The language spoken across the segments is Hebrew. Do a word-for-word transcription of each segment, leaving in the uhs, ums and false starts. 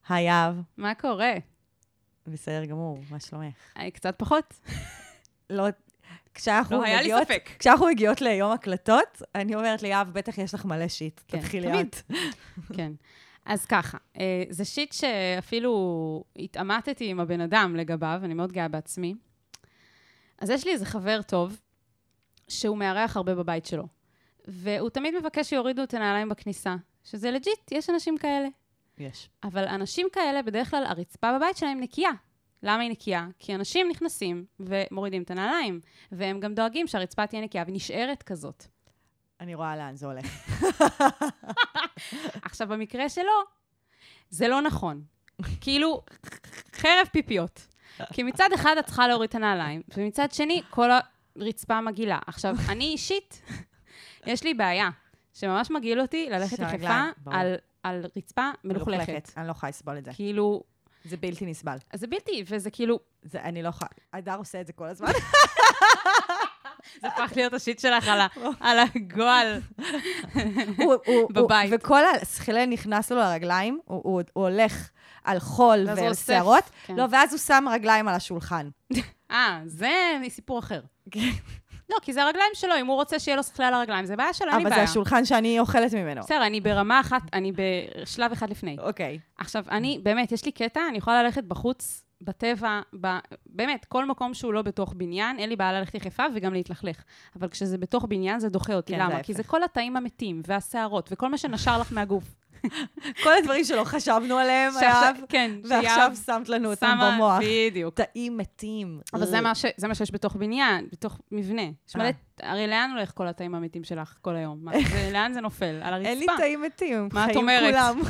היי יאב. מה קורה? בסדר גמור, מה שלומך? אני קצת פחות. לא, כשאנחנו לא היה לי מגיעות, ספק. כשאנחנו מגיעות ליום הקלטות, אני אומרת לי, יאב, בטח יש לך מלא שיט, כן, תתחילי תמיד. את. כן. אז ככה, אה, זה שיט שאפילו התאמתתי עם הבן אדם לגביו, אני מאוד גאה בעצמי. אז יש לי איזה חבר טוב, שהוא מארח הרבה בבית שלו, והוא תמיד מבקש שיורידו את הנעליים בכניסה, שזה לג'יט, יש אנשים כאלה. יש. אבל אנשים כאלה, בדרך כלל הרצפה בבית שלהם נקייה. למה היא נקייה? כי אנשים נכנסים ומורידים את הנעליים, והם גם דואגים שהרצפה תהיה נקייה ונשארת כזאת. אני רואה לאן זה הולך. עכשיו, במקרה שלו, זה לא נכון. כאילו, חרב פיפיות. כי מצד אחד את צריכה להוריד את הנעליים, ומצד שני, כל הרצפה מגעילה. עכשיו, אני אישית, יש לי בעיה, שממש מגעיל אותי ללכת יחפה על, על רצפה מלוכלכת. אני לא יכולה לסבול את זה. כאילו... זה בלתי נסבל. זה בלתי, וזה כאילו... זה, אני לא יכולה... הדר עושה את זה כל הזמן. זה הפך להיות השיט שלך על, ה, על הגועל הוא, הוא, בבית. הוא, וכל הסחילה נכנס לו לרגליים, הוא, הוא, הוא הולך על חול ועל שערות, כן. לא, ואז הוא שם רגליים על השולחן. אה, זה סיפור אחר. לא, כי זה הרגליים שלו, אם הוא רוצה שיהיה לו שכלה על הרגליים, זה בעיה שלו, אין לי בעיה. אבל זה השולחן שאני אוכלת ממנו. בסדר, אני ברמה אחת, אני בשלב אחד לפני. אוקיי. עכשיו, אני, באמת, יש לי קטע, אני יכולה ללכת בחוץ, בטבע, ב... באמת, כל מקום שהוא לא בתוך בניין, אין לי בעיה ללכת יחפה וגם להתלכלך. אבל כשזה בתוך בניין, זה דוחה אותי. כן, למה? זה כי זה כל התאים המתים, והשערות, וכל מה שנשר לך מהגוף. כל הדברים שלא חשבנו עליהם, שעכשיו, אהב, כן, ועכשיו שמת לנו אותם שמה, במוח. בדיוק. תאים מתים. אבל זה מה, ש... זה מה שיש בתוך בניין, בתוך מבנה. שמלא, הרי לאן הולך כל התאים המתים שלך כל היום? מה, זה, לאן זה נופל? על הרצפה. אין לי תאים מתים, מה את חיים אומרת? כולם.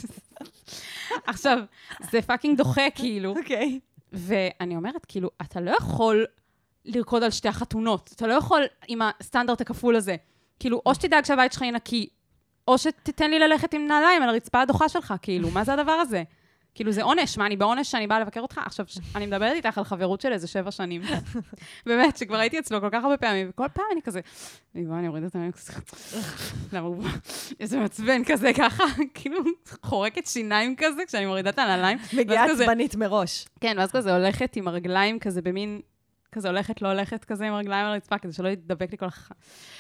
עכשיו, זה פאקינג דוחה, כאילו. אוקיי. ואני אומרת, כאילו, אתה לא יכול לרקוד על שתי החתונות. אתה לא יכול עם הסטנדרט הכפול הזה. כאילו, או שתדאג שהבית שלך יהיה נקי, או שתתן לי ללכת עם נעליים על הרצפה הדוחה שלך, כאילו, מה זה הדבר הזה? כאילו, זה עונש, מה, אני בעונש שאני באה לבקר אותך? עכשיו, אני מדברת איתך על חברות של איזה שבע שנים. באמת, שכבר הייתי אצלו כל כך הרבה פעמים, וכל פעם אני כזה, אני באה, אני אוריד את הנעליים כזה, למה הוא בא? איזה מעצבן כזה, ככה, כאילו, חורקת שיניים כזה, כשאני מורידה את הנעליים. מגיעה עצבנית מראש. כן, ואז כזה הולכת עם הרגליים כזה במין, כזה הולכת, לא הולכת כזה עם הרגליים על הרצפה, כזה שלא יתדבק לי כל כך.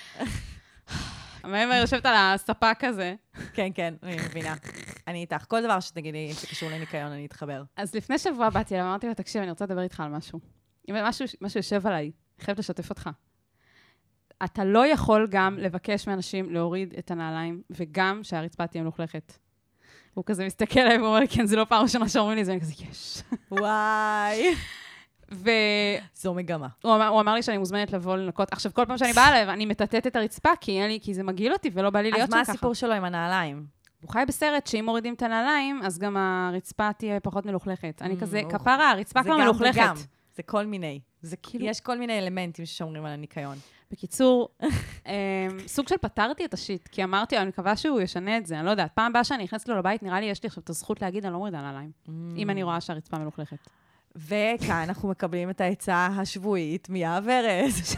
המאמא יושבת על הספה כזה. כן, כן, אני מבינה. אני איתך. כל דבר שתגידי שקשור לניקיון, אני אתחבר. אז לפני שבוע באתי לה, אמרתי לה, תקשיב, אני רוצה לדבר איתך על משהו. אם משהו, משהו יושב עליי, אני חייבת לשתף אותך. אתה לא יכול גם לבקש מאנשים להוריד את הנעליים, וגם שהרצפה תהיה מלוכלכת. הוא כזה מסתכל עליי ואומר לי, כן, זה לא פעם ראשונה שאומרים לי, זה אני כזה, יש. וואי. ו... זו מגמה. הוא אמר, הוא אמר לי שאני מוזמנת לבוא לנקות. עכשיו, כל פעם שאני באה אליו, אני מטטט את הרצפה, כי, לי, כי זה מגעיל אותי ולא בא לי להיות שם ככה. אז מה הסיפור שלו עם הנעליים? הוא חי בסרט שאם מורידים את הנעליים, אז גם הרצפה תהיה פחות מלוכלכת. אני כזה, Mm, כפרה, הרצפה כבר זה גם מלוכלכת. וגם. זה כל מיני. זה כאילו... יש כל מיני אלמנטים ששומרים על הניקיון. בקיצור, אמ, סוג של פתרתי את השיט, כי אמרתי, אני מקווה שהוא ישנה את זה, אני לא יודעת, פעם הבאה שאני נכנסת לו לבית, נראה לי יש לי עכשיו את הזכות להגיד, אני לא מורידה נעליים, אם אני רואה שהרצפה מלוכלכת. וכאן אנחנו מקבלים את ההצעה השבועית מיאב ארז.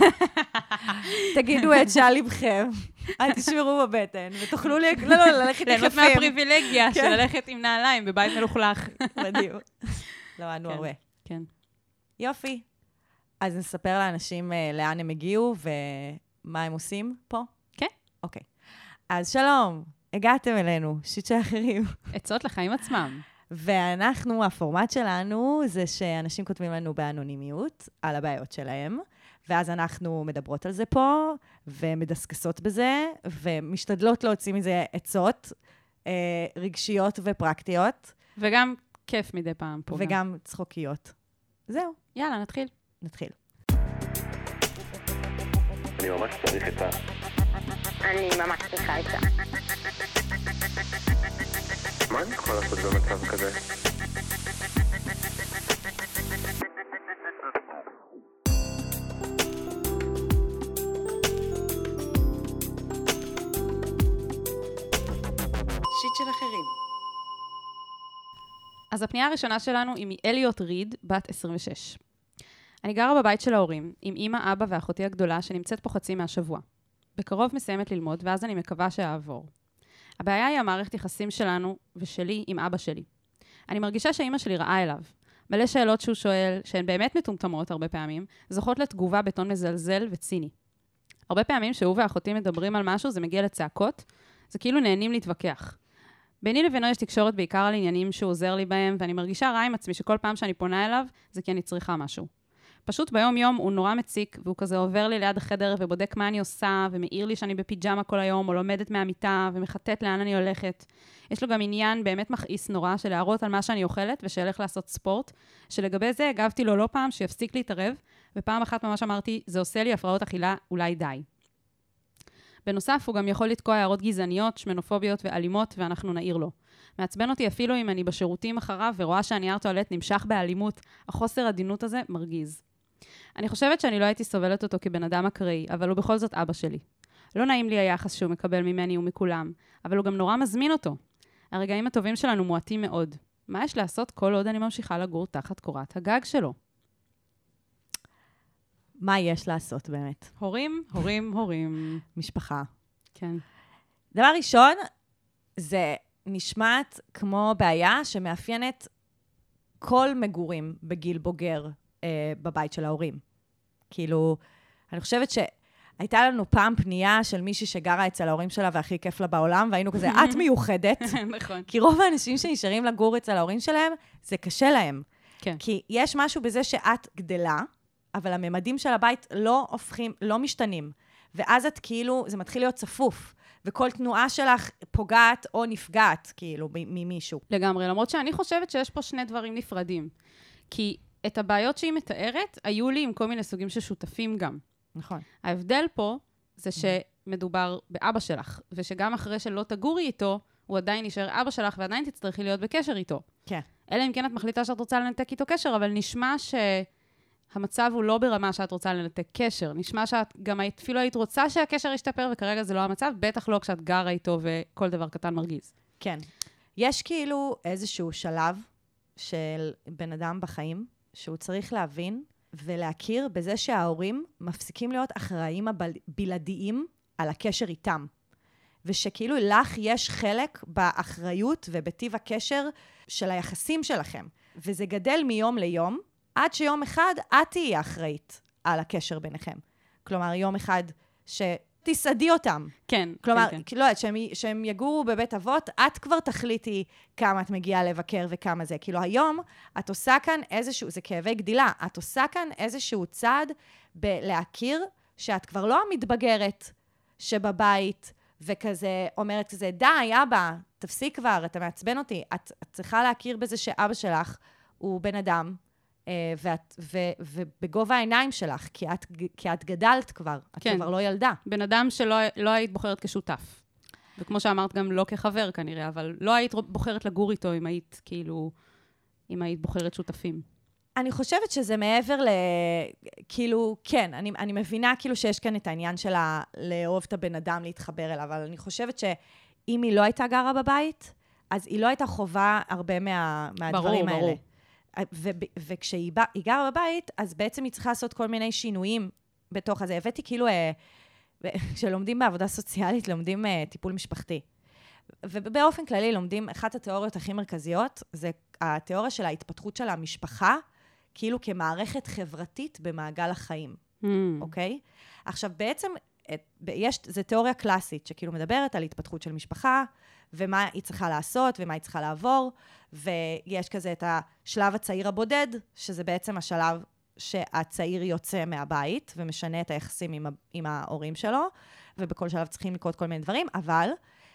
תגידו את שעל לבכם, אל תשמרו בבטן, ותוכלו לי, לא, לא, ללכת ליהנות יחפים. מהפריבילגיה של ללכת עם נעליים בבית מלוכלך. מדהים. למדנו הרבה. כן. יופי. אז נספר לאנשים לאן הם הגיעו ומה הם עושים פה? כן. אוקיי. אז שלום, הגעתם אלינו, שיט של אחרים. עצות לחיים עצמם. ואנחנו, הפורמט שלנו זה שאנשים כותבים לנו באנונימיות על הבעיות שלהם, ואז אנחנו מדברות על זה פה, ומדסקסות בזה, ומשתדלות להוציא מזה עצות אה, רגשיות ופרקטיות. וגם כיף מדי פעם פה. וגם גם. צחוקיות. זהו. יאללה, נתחיל. נתחיל. אני ממש צריך את ה... אני ממש צריכה את זה. מה אני יכול לעשות במצב כזה? שיט של אחרים. אז הפנייה הראשונה שלנו היא מאליוט ריד, בת עשרים ושש. אני גרה בבית של ההורים, עם אמא, אבא ואחותי הגדולה, שנמצאת פה חצי מהשבוע. בקרוב מסיימת ללמוד, ואז אני מקווה שאעבור. הבעיה היא המערכת יחסים שלנו ושלי עם אבא שלי. אני מרגישה שאמא שלי רעה אליו. מלא שאלות שהוא שואל, שהן באמת מטומטמות הרבה פעמים, זוכות לתגובה בטון מזלזל וציני. הרבה פעמים שהוא ואחותי מדברים על משהו, זה מגיע לצעקות, זה כאילו נהנים להתווכח. ביני לבינו יש תקשורת בעיקר על עניינים שהוא עוזר לי בהם, ואני מרגישה רע עם עצמי שכל פעם שאני פונה אליו, זה כי אני צריכה משהו. פשוט ביום יום הוא נורא מציק, והוא כזה עובר לי ליד החדר ובודק מה אני עושה, ומעיר לי שאני בפיג'מה כל היום, או לומדת מהמיטה, ומחטט לאן אני הולכת. יש לו גם עניין באמת מכעיס נורא של להראות על מה שאני אוכלת, ושאלך לעשות ספורט, שלגבי זה הגבתי לו לא פעם שיפסיק להתערב, ופעם אחת ממש אמרתי, זה עושה לי הפרעות אכילה, אולי די. בנוסף, הוא גם יכול לתקוע הערות גזעניות, שמנופוביות ואלימות, ואנחנו נעיר לו. מעצבן אותי אפילו אם אני בשירותים אחריו, ורואה שהנייר טואלט נמשך באלימות, החוסר עדינות הזה מרגיז. אני חושבת שאני לא הייתי סובלת אותו כבן אדם אקראי, אבל הוא בכל זאת אבא שלי. לא נעים לי היחס שהוא מקבל ממני ומכולם, אבל הוא גם נורא מזמין אותו. הרגעים הטובים שלנו מועטים מאוד. מה יש לעשות כל עוד אני ממשיכה לגור תחת קורת הגג שלו? מה יש לעשות באמת? הורים, הורים, הורים. משפחה. כן. דבר ראשון, זה נשמעת כמו בעיה שמאפיינת כל מגורים בגיל בוגר אה, בבית של ההורים. כאילו, אני חושבת שהייתה לנו פעם פנייה של מישהי שגרה אצל ההורים שלה והכי כיף לה בעולם, והיינו כזה, את מיוחדת. נכון. כי רוב האנשים שנשארים לגור אצל ההורים שלהם, זה קשה להם. כן. כי יש משהו בזה שאת גדלה, אבל הממדים של הבית לא הופכים, לא משתנים. ואז את כאילו, זה מתחיל להיות צפוף. וכל תנועה שלך פוגעת או נפגעת, כאילו, ממישהו. לגמרי, למרות שאני חושבת שיש פה שני דברים נפרדים. כי את הבעיות שהיא מתארת, היו לי עם כל מיני סוגים של שותפים גם. נכון. ההבדל פה זה שמדובר באבא שלך, ושגם אחרי שלא תגורי איתו, הוא עדיין נשאר אבא שלך, ועדיין תצטרכי להיות בקשר איתו. כן. אלא אם כן את מחליטה שאת רוצה לנתק איתו קשר, אבל נשמע שהמצב הוא לא ברמה שאת רוצה לנתק קשר. נשמע שאת גם אפילו היית רוצה שהקשר ישתפר, וכרגע זה לא המצב, בטח לא כשאת גרה איתו וכל דבר קטן מרגיז. כן. יש כאילו איזשהו שלב של בן אדם בחיים, שהוא צריך להבין ולהכיר בזה שההורים מפסיקים להיות אחראים הבלעדיים על הקשר איתם. ושכאילו לך יש חלק באחריות ובטיב הקשר של היחסים שלכם. וזה גדל מיום ליום, עד שיום אחד את תהיי אחראית על הקשר ביניכם. כלומר, יום אחד שתסעדי אותם. כן, כלומר, כן, כן. לא יודעת, שהם, שהם יגורו בבית אבות, את כבר תחליטי כמה את מגיעה לבקר וכמה זה. כאילו היום, את עושה כאן איזשהו, זה כאבי גדילה, את עושה כאן איזשהו צעד בלהכיר שאת כבר לא המתבגרת שבבית, וכזה אומרת כזה, די, אבא, תפסיק כבר, אתה מעצבן אותי. את, את צריכה להכיר בזה שאבא שלך הוא בן אדם, ואת, ו, ובגובה העיניים שלך, כי את, כי את גדלת כבר, את כן. כבר לא ילדה. בן אדם שלא לא היית בוחרת כשותף. וכמו שאמרת, גם לא כחבר כנראה, אבל לא היית בוחרת לגור איתו אם היית, כאילו, אם היית בוחרת שותפים. אני חושבת שזה מעבר ל... כאילו, כן, אני, אני מבינה כאילו שיש כאן את העניין שלה לאהוב את הבן אדם, להתחבר אליו, אבל אני חושבת שאם היא לא הייתה גרה בבית, אז היא לא הייתה חובה הרבה מה, מהדברים ברור, האלה. ברור. ו- וכשהיא בא, היא גרה בבית, אז בעצם היא צריכה לעשות כל מיני שינויים בתוך הזה. הבאתי כאילו, אה, כשלומדים בעבודה סוציאלית, לומדים אה, טיפול משפחתי. ובאופן כללי לומדים, אחת התיאוריות הכי מרכזיות, זה התיאוריה של ההתפתחות של המשפחה, כאילו כמערכת חברתית במעגל החיים, Mm. אוקיי? עכשיו, בעצם, את, יש, זה תיאוריה קלאסית, שכאילו מדברת על התפתחות של משפחה, ומה היא צריכה לעשות, ומה היא צריכה לעבור, ויש כזה את השלב הצעיר הבודד, שזה בעצם השלב שהצעיר יוצא מהבית, ומשנה את היחסים עם, עם ההורים שלו, ובכל שלב צריכים לקרות כל מיני דברים, אבל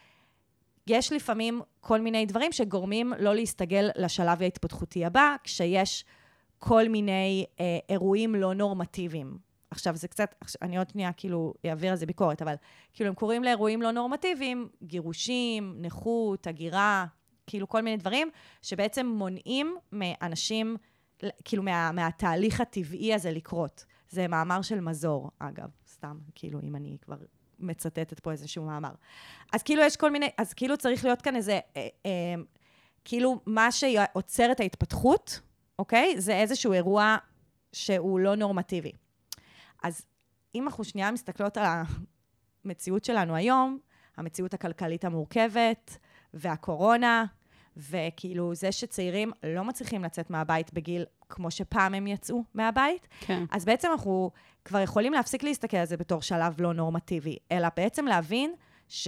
יש לפעמים כל מיני דברים שגורמים לא להסתגל לשלב ההתפתחותי הבא, כשיש כל מיני אה, אירועים לא נורמטיביים. עכשיו, זה קצת, אני עוד שנייה כאילו אעביר על זה ביקורת, אבל כאילו הם קוראים לאירועים לא נורמטיביים, גירושים, נכות, הגירה, כאילו כל מיני דברים, שבעצם מונעים מאנשים, כאילו מה, מהתהליך הטבעי הזה לקרות. זה מאמר של מזור, אגב, סתם, כאילו אם אני כבר מצטטת פה איזשהו מאמר. אז כאילו יש כל מיני, אז כאילו צריך להיות כאן איזה, אה, אה, כאילו מה שעוצר את ההתפתחות, אוקיי? זה איזשהו אירוע שהוא לא נורמטיבי. אז אם אנחנו שנייה מסתכלות על המציאות שלנו היום, המציאות הכלכלית המורכבת, והקורונה, וכאילו זה שצעירים לא מצליחים לצאת מהבית בגיל כמו שפעם הם יצאו מהבית, כן. אז בעצם אנחנו כבר יכולים להפסיק להסתכל על זה בתור שלב לא נורמטיבי, אלא בעצם להבין ש,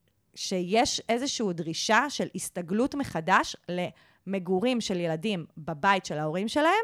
שיש איזושהי דרישה של הסתגלות מחדש למגורים של ילדים בבית של ההורים שלהם,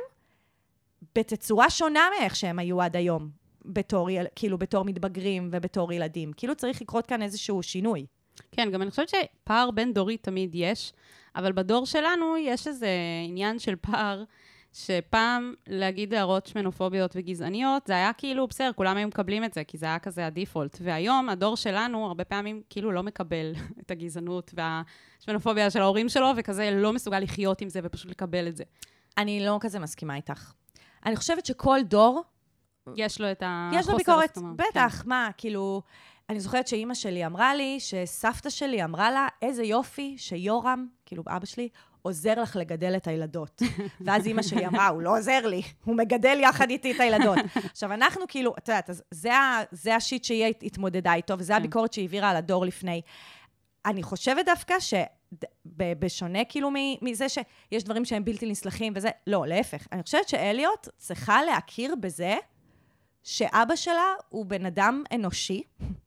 בתצורה שונה מאיך שהם היו עד היום, בתור, כאילו בתור מתבגרים ובתור ילדים. כאילו צריך לקרות כאן איזשהו שינוי. כן, גם אני חושבת שפער בין דורי תמיד יש, אבל בדור שלנו יש איזה עניין של פער, שפעם להגיד הערות שמנופוביות וגזעניות, זה היה כאילו, בסדר, כולם היו מקבלים את זה, כי זה היה כזה הדיפולט. והיום הדור שלנו הרבה פעמים כאילו לא מקבל את הגזענות והשמנופוביה של ההורים שלו, וכזה לא מסוגל לחיות עם זה ופשוט לקבל את זה. אני לא כזה מסכימה איתך. אני חושבת שכל דור, יש לו את החוסר יש לו ביקורת, הסכמה. בטח, כן. מה, כאילו, אני זוכרת שאימא שלי אמרה לי, שסבתא שלי אמרה לה, איזה יופי שיורם, כאילו אבא שלי, עוזר לך לגדל את הילדות. ואז אימא שלי אמרה, הוא לא עוזר לי, הוא מגדל יחד איתי את הילדות. עכשיו, אנחנו כאילו, את יודעת, זה, זה השיט שהיא התמודדה איתו, וזה הביקורת שהיא העבירה על הדור לפני. אני חושבת דווקא שבשונה כאילו מזה שיש דברים שהם בלתי נסלחים וזה, לא, להפך. אני חושבת שאליוט צריכה להכיר בזה שאבא שלה הוא בן אדם אנושי,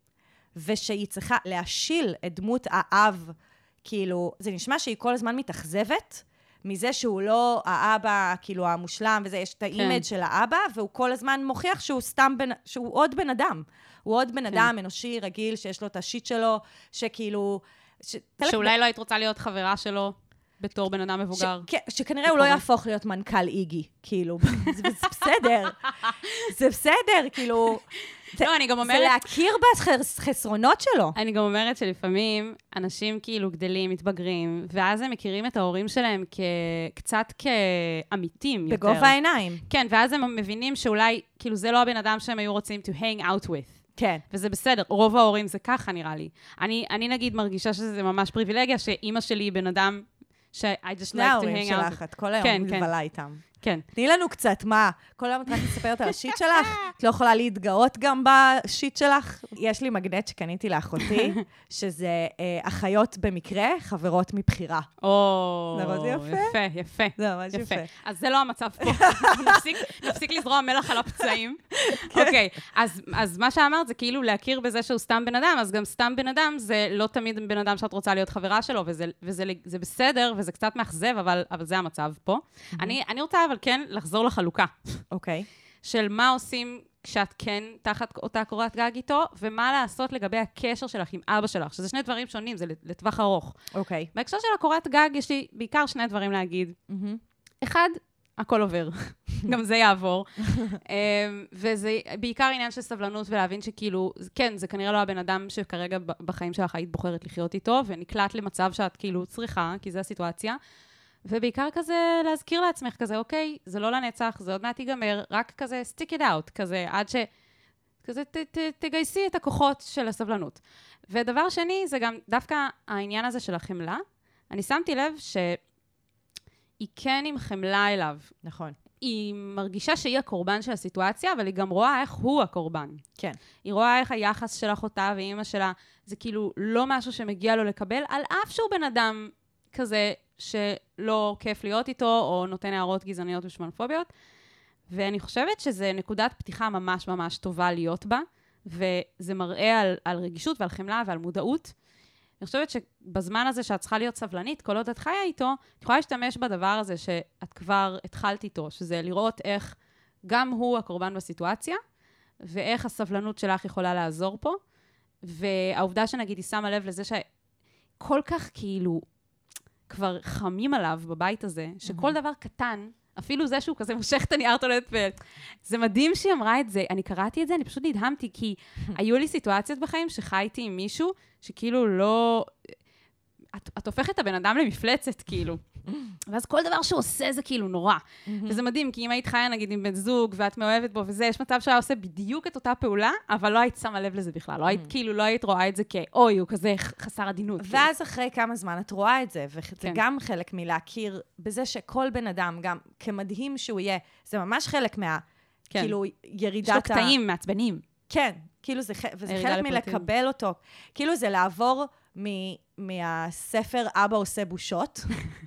ושהיא צריכה להשיל את דמות האב, כאילו, זה נשמע שהיא כל הזמן מתאכזבת, מזה שהוא לא האבא, כאילו, המושלם, וזה, יש את האימג' של האבא, והוא כל הזמן מוכיח שהוא סתם בן, שהוא עוד בן אדם. הוא עוד בן אדם אנושי, רגיל, שיש לו את השיט שלו, שכאילו... שאולי לא היית רוצה להיות חברה שלו בתור בן אדם מבוגר. שכנראה הוא לא יהפוך להיות מנכ"ל איגי, כאילו, זה בסדר. זה בסדר, כאילו... לא, אני גם אומרת... זה להכיר בחסרונות שלו. אני גם אומרת שלפעמים אנשים כאילו גדלים, מתבגרים, ואז הם מכירים את ההורים שלהם קצת כאמיתים יותר. בגובה העיניים. כן, ואז הם מבינים שאולי, כאילו זה לא הבן אדם שהם היו רוצים to hang out with. כן. וזה בסדר, רוב ההורים זה ככה נראה לי. אני, אני נגיד מרגישה שזה ממש פריבילגיה, שאימא שלי היא בן אדם ש- I just like to hang out. שני ההורים שלך, את כל היום כן, מבלה איתם. כן. תני לנו קצת, מה? כל היום את רק מספרת על השיט שלך? את לא יכולה להתגאות גם בשיט שלך? יש לי מגנט שקניתי לאחותי, שזה אה, אחיות במקרה, חברות מבחירה. או, זה ממש יפה. יפה, יפה. זה ממש יפה. אז זה לא המצב פה. נפסיק, נפסיק לזרוע מלח על הפצעים. אוקיי, אז, אז מה שאמרת זה כאילו להכיר בזה שהוא סתם בן אדם, אז גם סתם בן אדם זה לא תמיד בן אדם שאת רוצה להיות חברה שלו, וזה, וזה, זה בסדר, וזה קצת מאכזב, אבל, אבל זה המצב פה. אני, אני רוצה אבל כן לחזור לחלוקה. אוקיי. של מה עושים כשאת כן תחת אותה קורת גג איתו, ומה לעשות לגבי הקשר שלך עם אבא שלך, שזה שני דברים שונים, זה לטווח ארוך. אוקיי. בהקשר של הקורת גג יש לי בעיקר שני דברים להגיד. אחד, הכל עובר. גם זה יעבור. וזה בעיקר עניין של סבלנות ולהבין שכאילו, כן, זה כנראה לא הבן אדם שכרגע בחיים שלך היית בוחרת לחיות איתו, ונקלט למצב שאת כאילו צריכה, כי זו הסיטואציה. ובעיקר כזה להזכיר לעצמך, כזה, אוקיי, זה לא לנצח, זה עוד מעט ייגמר, רק כזה stick it out, כזה, עד ש... כזה ת, ת, תגייסי את הכוחות של הסבלנות. ודבר שני, זה גם דווקא העניין הזה של החמלה. אני שמתי לב שהיא כן עם חמלה אליו. נכון. היא מרגישה שהיא הקורבן של הסיטואציה, אבל היא גם רואה איך הוא הקורבן. כן. היא רואה איך היחס של אחותה ואימא שלה, זה כאילו לא משהו שמגיע לו לקבל, על אף שהוא בן אדם כזה שלא כיף להיות איתו, או נותן הערות גזעניות ושמנופוביות. ואני חושבת שזה נקודת פתיחה ממש ממש טובה להיות בה, וזה מראה על, על רגישות ועל חמלה ועל מודעות. אני חושבת שבזמן הזה שאת צריכה להיות סבלנית, כל עוד את חיה איתו, את יכולה להשתמש בדבר הזה שאת כבר התחלת איתו, שזה לראות איך גם הוא הקורבן בסיטואציה, ואיך הסבלנות שלך יכולה לעזור פה, והעובדה שנגיד היא שמה לב לזה שכל כך כאילו כבר חמים עליו בבית הזה, שכל דבר קטן, אפילו זה שהוא כזה מושך את הנייר טואלט, זה מדהים שהיא אמרה את זה. אני קראתי את זה, אני פשוט נדהמתי, כי היו לי סיטואציות בחיים שחייתי עם מישהו, שכאילו לא... את, את הופכת את הבן אדם למפלצת, כאילו. ואז כל דבר שהוא עושה זה כאילו נורא. וזה מדהים, כי אם היית חיה, נגיד, עם בן זוג, ואת מאוהבת בו וזה, יש מצב שהיה עושה בדיוק את אותה פעולה, אבל לא היית שמה לב לזה בכלל. לא היית, כאילו, לא היית רואה את זה כאוי, הוא כזה חסר עדינות. ואז אחרי כמה זמן את רואה את זה, וזה גם חלק מלהכיר בזה שכל בן אדם, גם כמדהים שהוא יהיה, זה ממש חלק מה, כאילו, ירידת ה... יש לו קטעים מעצבנים. כן, כאילו זה, וזה חלק מלקבל אותו. כאילו זה לעבור מ... מהספר אבא עושה בושות.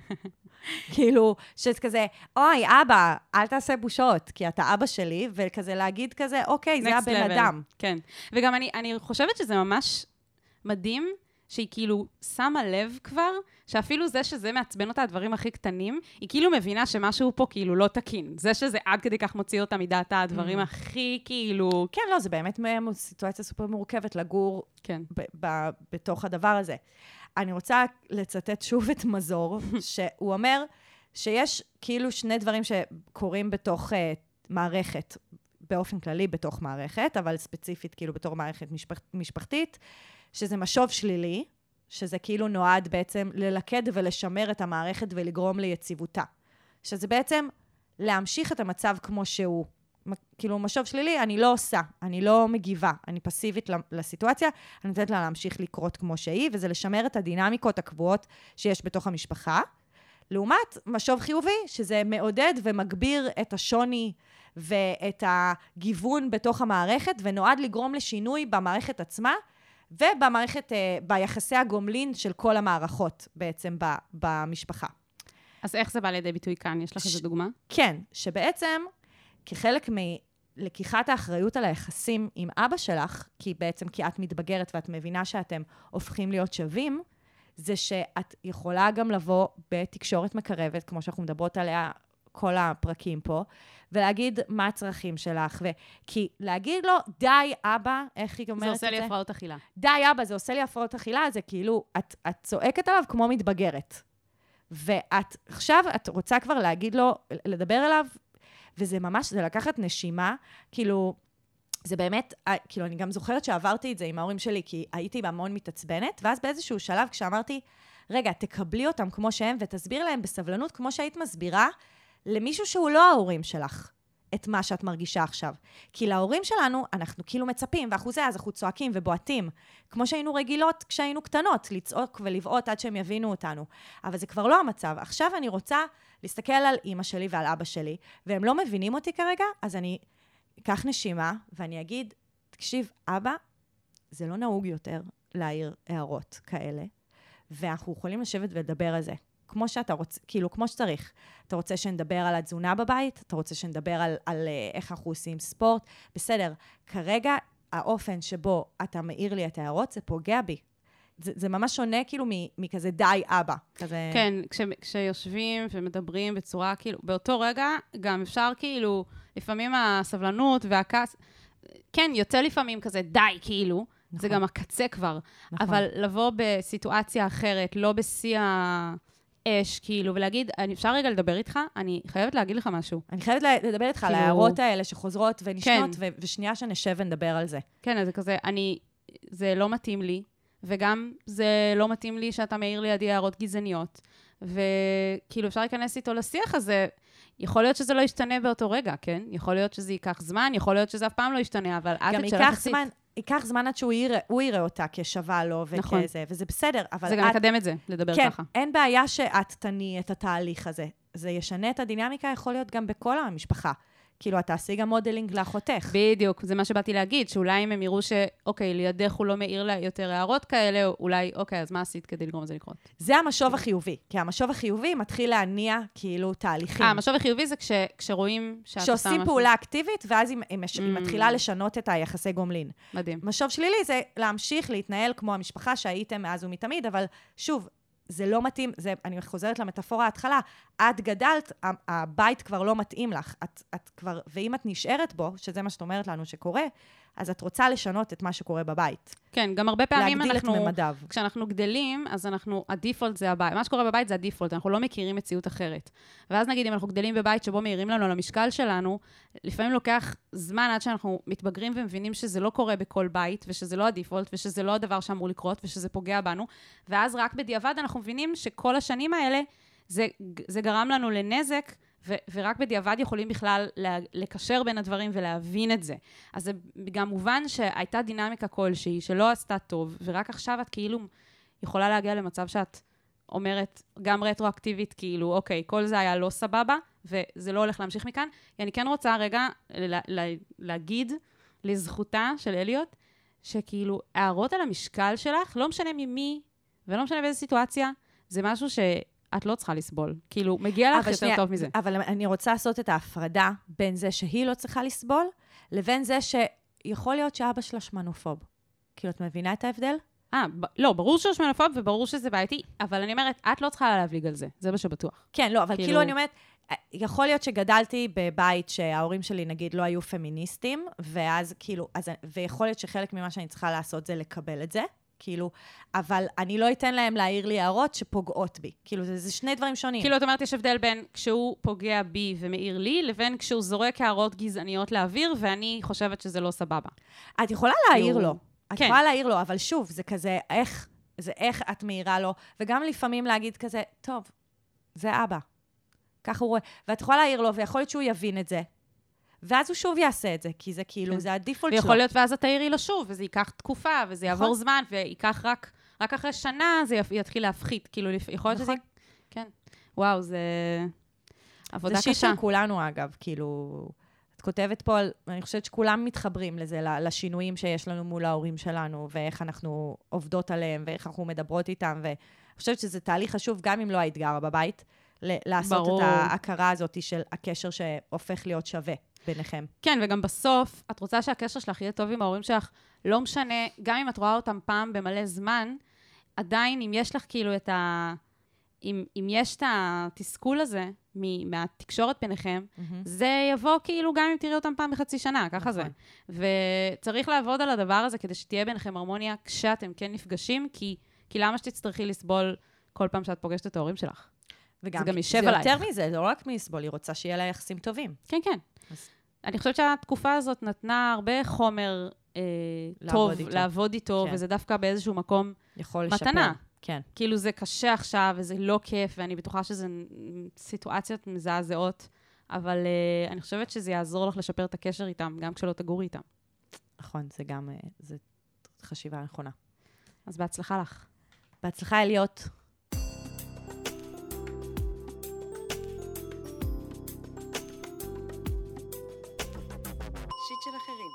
כאילו, שזה כזה, אוי, אבא, אל תעשה בושות, כי אתה אבא שלי, וכזה להגיד כזה, אוקיי, זה הבן level. אדם. כן. וגם אני, אני חושבת שזה ממש מדהים, שהיא כאילו שמה לב כבר, שאפילו זה שזה מעצבן אותה הדברים הכי קטנים, היא כאילו מבינה שמשהו פה כאילו לא תקין. זה שזה עד כדי כך מוציא אותה מדעת הדברים mm. הכי כאילו... כן, לא, זה באמת סיטואציה סופר מורכבת לגור כן. ב- ב- בתוך הדבר הזה. אני רוצה לצטט שוב את מזור, שהוא אומר שיש כאילו שני דברים שקורים בתוך uh, מערכת, באופן כללי בתוך מערכת, אבל ספציפית כאילו בתור מערכת משפח, משפחתית, שזה משוב שלילי, שזה כאילו נועד בעצם ללכד ולשמר את המערכת ולגרום ליציבותה. שזה בעצם להמשיך את המצב כמו שהוא. כאילו משוב שלילי, אני לא עושה, אני לא מגיבה, אני פסיבית לסיטואציה, אני נותנת לה להמשיך לקרות כמו שהיא, וזה לשמר את הדינמיקות הקבועות שיש בתוך המשפחה. לעומת משוב חיובי, שזה מעודד ומגביר את השוני ואת הגיוון בתוך המערכת, ונועד לגרום לשינוי במערכת עצמה, ובמערכת, ביחסי הגומלין של כל המערכות בעצם במשפחה. אז איך זה בא לידי ביטוי כאן? יש לך איזו דוגמה? כן, שבעצם כחלק מלקיחת האחריות על היחסים עם אבא שלך, כי בעצם כי את מתבגרת ואת מבינה שאתם הופכים להיות שווים, זה שאת יכולה גם לבוא בתקשורת מקרבת, כמו שאנחנו מדברות עליה כל הפרקים פה, ולהגיד מה הצרכים שלך, ו... כי להגיד לו, די אבא, איך היא אומרת את זה? זה עושה לי הפרעות אכילה. די אבא, זה עושה לי הפרעות אכילה, זה כאילו, את, את צועקת עליו כמו מתבגרת. ואת, עכשיו את רוצה כבר להגיד לו, לדבר אליו, וזה ממש, זה לקחת נשימה, כאילו, זה באמת, כאילו, אני גם זוכרת שעברתי את זה עם ההורים שלי, כי הייתי בהמון מתעצבנת, ואז באיזשהו שלב כשאמרתי, רגע, תקבלי אותם כמו שהם, ותסביר להם בסבלנות, כמו שהיית מסבירה, למישהו שהוא לא ההורים שלך, את מה שאת מרגישה עכשיו. כי להורים שלנו, אנחנו כאילו מצפים, ואחוזי אז אנחנו צועקים ובועטים, כמו שהיינו רגילות כשהיינו קטנות, לצעוק ולבעוט עד שהם יבינו אותנו. אבל זה כבר לא המצב. עכשיו אני רוצה להסתכל על אמא שלי ועל אבא שלי, והם לא מבינים אותי כרגע, אז אני אקח נשימה, ואני אגיד, תקשיב, אבא, זה לא נהוג יותר להעיר הערות כאלה, ואנחנו יכולים לשבת ולדבר על זה. כמו שאתה רוצה, כאילו, כמו שצריך. אתה רוצה שנדבר על התזונה בבית, אתה רוצה שנדבר על, על איך אנחנו עושים ספורט, בסדר. כרגע, האופן שבו אתה מעיר לי את ההערות, זה פוגע בי. זה, זה ממש שונה, כאילו, מכזה די אבא. כזה... כן, כש, כשיושבים ומדברים בצורה, כאילו, באותו רגע, גם אפשר, כאילו, לפעמים הסבלנות והכעס, כן, יוצא לפעמים כזה די, כאילו, נכון. זה גם הקצה כבר. נכון. אבל לבוא בסיטואציה אחרת, לא בשיא ה... אש, כאילו, ולהגיד, אני אפשר רגע לדבר איתך? אני חייבת להגיד לך משהו. אני חייבת לדבר איתך על ההערות האלה שחוזרות ונשנות, ושנייה שנשב ונדבר על זה. כן, אז זה כזה, אני, זה לא מתאים לי, וגם זה לא מתאים לי שאתה מעיר לידי הערות גזעניות, וכאילו אפשר להיכנס איתו לשיח הזה, יכול להיות שזה לא ישתנה באותו רגע, כן? יכול להיות שזה ייקח זמן, יכול להיות שזה אף פעם לא ישתנה, אבל אז את שלך עשית. ייקח זמן עד שהוא יראה, הוא יראה אותה כשווה לו וכזה, נכון. וזה בסדר. אבל זה גם את, מקדם את זה, לדבר כן, ככה. אין בעיה שאת תני את התהליך הזה. זה ישנה את הדינמיקה, יכול להיות גם בכל המשפחה. כאילו, את תעשי גם מודלינג לאחותך. בדיוק, זה מה שבאתי להגיד, שאולי אם הם יראו שאוקיי, לידך הוא לא מעיר לה יותר הערות כאלה, אולי, אוקיי, אז מה עשית כדי לגרום לזה לקרות? זה המשוב החיובי, כי המשוב החיובי מתחיל להניע כאילו תהליכים. אה, המשוב החיובי זה כש, כשרואים שאת עושה משהו. שעושים פעולה אקטיבית, ואז היא, היא, היא מתחילה לשנות את היחסי גומלין. מדהים. משוב שלילי זה להמשיך להתנהל כמו המשפחה שהייתם מאז ומתמיד, אבל שוב, זה לא מתאים, זה, אני חוזרת למטאפורה ההתחלה, את גדלת, הבית כבר לא מתאים לך, את, את כבר, ואם את נשארת בו, שזה מה שאת אומרת לנו שקורה, אז את רוצה לשנות את מה שקורה בבית. כן, גם הרבה פעמים אנחנו, להגדיל את ממדיו. כשאנחנו גדלים, אז אנחנו, הדיפולט זה הבית. מה שקורה בבית זה הדיפולט, אנחנו לא מכירים מציאות אחרת. ואז נגיד, אם אנחנו גדלים בבית שבו מעירים לנו על המשקל שלנו, לפעמים לוקח זמן עד שאנחנו מתבגרים ומבינים שזה לא קורה בכל בית, ושזה לא הדיפולט, ושזה לא הדבר שאמור לקרות, ושזה פוגע בנו. ואז רק בדיעבד אנחנו מבינים שכל השנים האלה, זה, זה גרם לנו לנזק, ו- ורק בדיעבד יכולים בכלל לקשר בין הדברים ולהבין את זה. אז זה גם מובן שהייתה דינמיקה כלשהי שלא עשתה טוב, ורק עכשיו את כאילו יכולה להגיע למצב שאת אומרת, גם רטרואקטיבית, כאילו, אוקיי, כל זה היה לא סבבה, וזה לא הולך להמשיך מכאן. אני כן רוצה רגע לה- לה- להגיד לזכותה של אליות, שכאילו, הערות על המשקל שלך, לא משנה ממי ולא משנה באיזו סיטואציה, זה משהו שאת לא צריכה לסבול. כאילו, מגיע לך יותר שנייה, טוב מזה. אבל אני רוצה לעשות את ההפרדה בין זה שהיא לא צריכה לסבול, לבין זה שיכול להיות שאבא שלה שמנופוב. כאילו, את מבינה את ההבדל? אה, ב- לא, ברור שהוא שמנופוב וברור שזה בעייתי, אבל אני אומרת, את לא צריכה להבליג על זה, זה מה שבטוח. כן, לא, אבל כאילו- כאילו אני אומרת, יכול להיות שגדלתי בבית שההורים שלי, נגיד, לא היו פמיניסטים, ואז כאילו, אז, ויכול להיות שחלק ממה שאני צריכה לעשות זה לקבל את זה, כאילו, אבל אני לא אתן להם להעיר לי הערות שפוגעות בי. כאילו, זה, זה שני דברים שונים. כאילו, את אומרת, יש הבדל בין כשהוא פוגע בי ומעיר לי, לבין כשהוא זורק הערות גזעניות לאוויר, ואני חושבת שזה לא סבבה. את יכולה להעיר כאילו- לו. את כן. יכולה להעיר לו, אבל שוב, זה כזה, איך, זה איך את מעירה לו, וגם לפעמים להגיד כזה, טוב, זה אבא. ככה הוא רואה. ואת יכולה להעיר לו, ויכול להיות שהוא יבין את זה. ואז הוא שוב יעשה את זה, כי זה כאילו, כן. זה הדיפולט שלו. ויכול להיות ואז את תעירי לו שוב, וזה ייקח תקופה, וזה יעבור נכון. זמן, וייקח רק, רק אחרי שנה זה יפ- יתחיל להפחית. כאילו, לפ- יכול להיות שזה... נכון. כן. וואו, זה עבודה זה שיט קשה. של כולנו, אגב, כאילו, את כותבת פה על, אני חושבת שכולם מתחברים לזה, ל- לשינויים שיש לנו מול ההורים שלנו, ואיך אנחנו עובדות עליהם, ואיך אנחנו מדברות איתם, ואני חושבת שזה תהליך חשוב, גם אם לא היית גרה בבית, ל- לעשות ברור. את ההכרה הזאת של הקשר שהופך להיות שווה ביניכם. כן, וגם בסוף, את רוצה שהקשר שלך יהיה טוב עם ההורים שלך, לא משנה, גם אם את רואה אותם פעם במלא זמן, עדיין, אם יש לך כאילו את ה... אם, אם יש את התסכול הזה מ- מהתקשורת ביניכם, זה יבוא כאילו גם אם תראי אותם פעם בחצי שנה, ככה זה. נכון. וצריך לעבוד על הדבר הזה כדי שתהיה ביניכם הרמוניה כשאתם כן נפגשים, כי, כי למה שתצטרכי לסבול כל פעם שאת פוגשת את ההורים שלך? וגם, זה גם יישב זה עלייך. יותר מזה, זה לא רק מלסבול, היא רוצה שיהיה לה יחסים טובים. כן, כן. אז- אני חושבת שהתקופה הזאת נתנה הרבה חומר אה, לעבוד טוב איתו. לעבוד איתו, כן. וזה דווקא באיזשהו מקום, יכול לשפר. מתנה. כן. כאילו זה קשה עכשיו, וזה לא כיף, ואני בטוחה שזה סיטואציות מזעזעות, אבל uh, אני חושבת שזה יעזור לך לשפר את הקשר איתם, גם כשלא תגורי איתם. נכון, זה גם, אה, זה חשיבה נכונה. אז בהצלחה לך. בהצלחה, אליות. שיט של אחרים.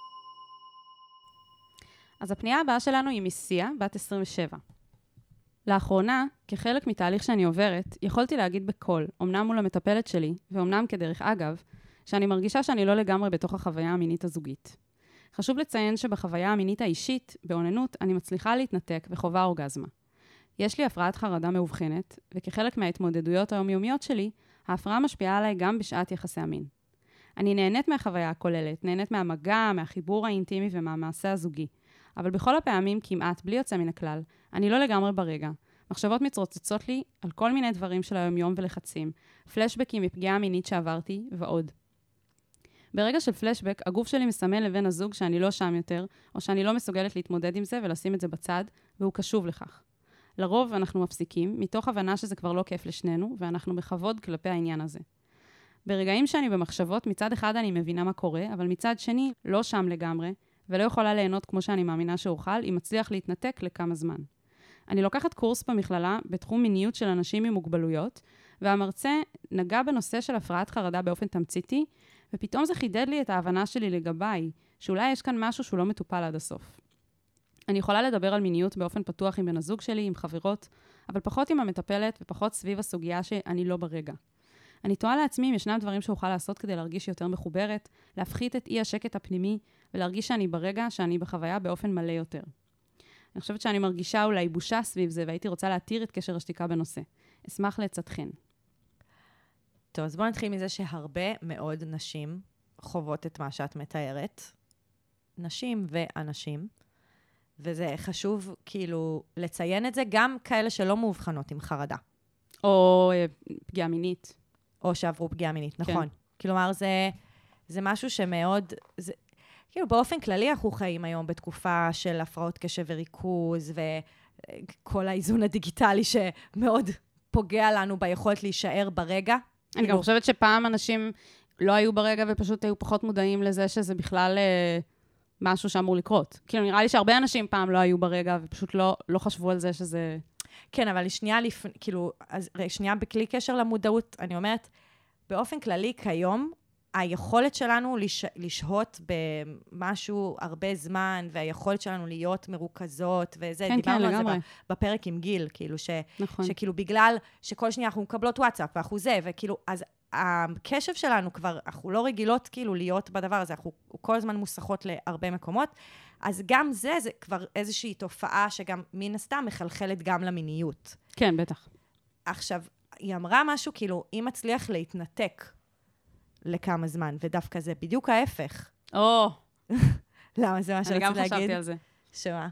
אז הפנייה הבאה שלנו היא מסיה, בת עשרים ושבע. לאחרונה, כחלק מתהליך שאני עוברת, יכולתי להגיד בקול, אמנם מול המטפלת שלי, ואומנם כדרך אגב, שאני מרגישה שאני לא לגמרי בתוך החוויה המינית הזוגית. חשוב לציין שבחוויה המינית האישית, באוננות, אני מצליחה להתנתק וחובה אורגזמה. יש לי הפרעת חרדה מאובחנת, וכחלק מההתמודדויות היומיומיות שלי, ההפרעה משפיעה עליי גם בשעת יחסי המין. אני נהנית מהחוויה הכוללת, נהנית מהמגע, מהחיבור האינטימי ומהמעשה הזוגי. אבל בכל הפעמים, כמעט, בלי יוצא מן הכלל, אני לא לגמרי ברגע. מחשבות מתרוצצות לי על כל מיני דברים של היומיום ולחצים, פלשבקים מפגיעה מינית שעברתי ועוד. ברגע של פלשבק, הגוף שלי מסמן לבן הזוג שאני לא שם יותר, או שאני לא מסוגלת להתמודד עם זה ולשים את זה בצד, והוא קשוב לכך. לרוב אנחנו מפסיקים, מתוך הבנה שזה כבר לא כיף לשנינו, ואנחנו בכבוד כלפי העניין הזה. ברגעים שאני במחשבות, מצד אחד אני מבינה מה קורה, אבל מצד שני, לא שם לגמרי, ולא יכולה ליהנות כמו שאני מאמינה שאוכל, אם מצליח להתנתק לכמה זמן. אני לוקחת קורס במכללה בתחום מיניות של אנשים עם מוגבלויות, והמרצה נגע בנושא של הפרעת חרדה באופן תמציתי, ופתאום זה חידד לי את ההבנה שלי לגביי, שאולי יש כאן משהו שהוא לא מטופל עד הסוף. אני יכולה לדבר על מיניות באופן פתוח עם בן הזוג שלי, עם חברות, אבל פחות עם המטפלת ופחות סביב הסוגיה שאני לא ברגע. אני תוהה לעצמי אם ישנם דברים שאוכל לעשות כדי להרגיש יותר מחוברת, להפחית את אי השקט הפנימי ולהרגיש שאני ברגע, שאני בחוויה באופן מלא יותר. אני חושבת שאני מרגישה אולי בושה סביב זה, והייתי רוצה להתיר את קשר השתיקה בנושא. אשמח לעצתכן. טוב, אז בואו נתחיל מזה שהרבה מאוד נשים חוות את מה שאת מתארת. נשים ואנשים. וזה חשוב כאילו לציין את זה, גם כאלה שלא מאובחנות עם חרדה. או אה, פגיעה מינית. או שעברו פגיעה מינית, כן. נכון. כלומר, זה, זה משהו שמאוד... זה, כאילו, באופן כללי אנחנו חיים היום בתקופה של הפרעות קשב וריכוז, וכל האיזון הדיגיטלי שמאוד פוגע לנו ביכולת להישאר ברגע. אני כאילו, גם חושבת שפעם אנשים לא היו ברגע ופשוט היו פחות מודעים לזה שזה בכלל אה, משהו שאמור לקרות. כאילו, נראה לי שהרבה אנשים פעם לא היו ברגע ופשוט לא, לא חשבו על זה שזה... כן, אבל שנייה לפני, כאילו, אז שנייה בכלי קשר למודעות, אני אומרת, באופן כללי כיום, היכולת שלנו לש... לשהות במשהו הרבה זמן, והיכולת שלנו להיות מרוכזות, וזה, כן, דיברנו כן, על לגמרי. זה בפרק עם גיל, כאילו, ש... נכון. שכאילו בגלל שכל שנייה אנחנו מקבלות וואטסאפ, ואנחנו זה, וכאילו, אז הקשב שלנו כבר, אנחנו לא רגילות כאילו להיות בדבר הזה, אנחנו כל הזמן מוסכות להרבה מקומות, אז גם זה, זה כבר איזושהי תופעה שגם מן הסתם מחלחלת גם למיניות. כן, בטח. עכשיו, היא אמרה משהו, כאילו, אם מצליח להתנתק לכמה זמן, ודווקא זה בדיוק ההפך. או, למה זה מה אני שרציתי גם להגיד? חשבתי על זה. שמה?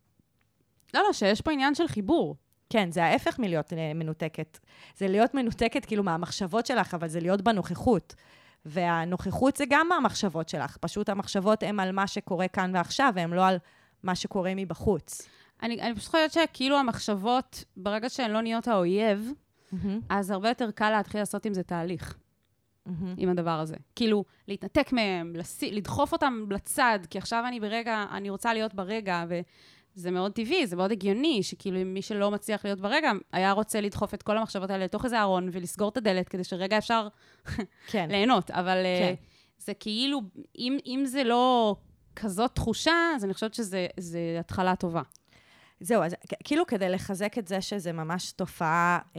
לא, לא, שיש פה עניין של חיבור. כן, זה ההפך מלהיות אה, מנותקת. זה להיות מנותקת כאילו מהמחשבות שלך, אבל זה להיות בנוכחות. והנוכחות זה גם מהמחשבות שלך. פשוט המחשבות הן על מה שקורה כאן ועכשיו, והן לא על מה שקורה מבחוץ. אני, אני פשוט חושבת שכאילו המחשבות, ברגע שהן לא נהיות האויב, Mm-hmm. אז הרבה יותר קל להתחיל לעשות עם זה תהליך, Mm-hmm. עם הדבר הזה. כאילו, להתנתק מהם, לס... לדחוף אותם לצד, כי עכשיו אני ברגע, אני רוצה להיות ברגע, וזה מאוד טבעי, זה מאוד הגיוני, שכאילו מי שלא מצליח להיות ברגע, היה רוצה לדחוף את כל המחשבות האלה לתוך איזה ארון, ולסגור את הדלת, כדי שרגע אפשר כן. ליהנות. אבל כן. uh, זה כאילו, אם, אם זה לא כזאת תחושה, אז אני חושבת שזה זה התחלה טובה. זהו, אז כאילו כדי לחזק את זה שזה ממש תופעה אה,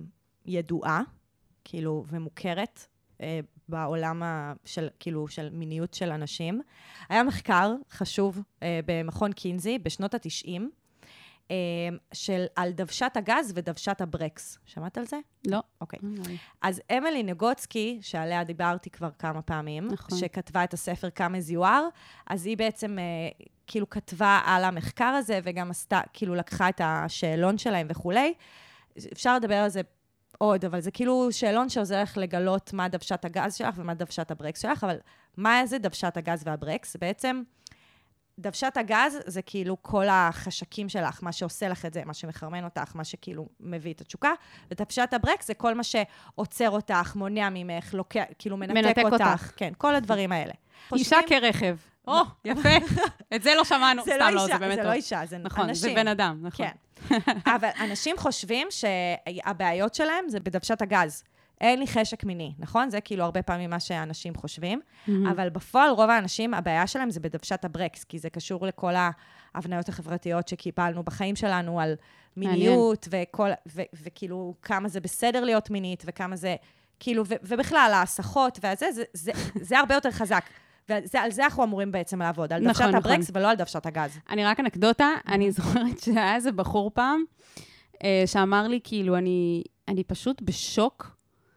ידועה, כאילו, ומוכרת אה, בעולם ה, של, כאילו, של מיניות של אנשים. היה מחקר חשוב אה, במכון קינזי בשנות ה-תשעים, אה, של על דוושת הגז ודוושת הברקס. שמעת על זה? לא. אוקיי. אז אמילי נגוצקי, שעליה דיברתי כבר כמה פעמים, נכון. שכתבה את הספר כמה זיואר, אז היא בעצם אה, כאילו כתבה על המחקר הזה, וגם עשתה, כאילו לקחה את השאלון שלהם וכולי. אפשר לדבר על זה עוד, אבל זה כאילו שאלון שעוזר לך לגלות מה דוושת הגז שלך ומה דוושת הברקס שלך, אבל מה זה דוושת הגז והברקס? בעצם דוושת הגז זה כאילו כל החשקים שלך, מה שעושה לך את זה, מה שמחרמן אותך, מה שכאילו מביא את התשוקה, ודוושת הברקס זה כל מה שעוצר אותך, מונע ממך, לוקח, כאילו מנתק, מנתק אותך. אותך. כן, כל הדברים האלה. אישה כרכב. או, יפה. את זה לא שמענו. זה סתם לא לא, אישה, זה באמת זה טוב. לא אישה, זה נכון, אנשים. זה בן אדם, נכון. כן. אבל אנשים חושבים שהבעיות שלהם זה בדוושת הגז. אין לי חשק מיני, נכון? זה כאילו הרבה פעמים מה שאנשים חושבים. אבל בפועל, רוב האנשים, הבעיה שלהם זה בדוושת הברקס, כי זה קשור לכל ההבניות החברתיות שקיבלנו בחיים שלנו על מיניות, וכל, ו, וכאילו כמה זה בסדר להיות מינית, וכמה זה, כאילו, ו, ובכלל, ההסחות והזה, זה, זה, זה הרבה יותר חזק. ועל זה אנחנו אמורים בעצם לעבוד, על דוושת הברקס ולא על דוושת הגז. אני רק אנקדוטה, אני זוכרת שהיה איזה בחור פעם, שאמר לי, כאילו, אני, אני פשוט בשוק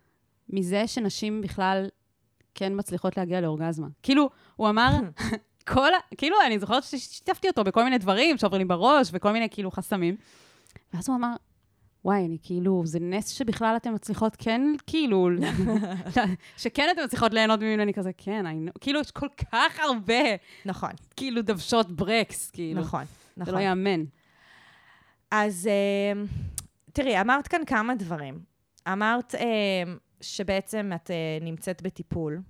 מזה שנשים בכלל כן מצליחות להגיע לאורגזמה. כאילו, הוא אמר, כל, כאילו, אני זוכרת ששיתפתי אותו בכל מיני דברים שעוברים לי בראש, וכל מיני כאילו חסמים. ואז הוא אמר, וואי, אני כאילו, זה נס שבכלל אתן מצליחות כן, כאילו, שכן אתן מצליחות ליהנות ממנו, אני כזה, כן, כאילו, יש כל כך הרבה, נכון. כאילו, דוושות ברקס, כאילו. נכון, נכון. זה לא יאמן. אז תראי, אמרת כאן כמה דברים. אמרת שבעצם את נמצאת בטיפול,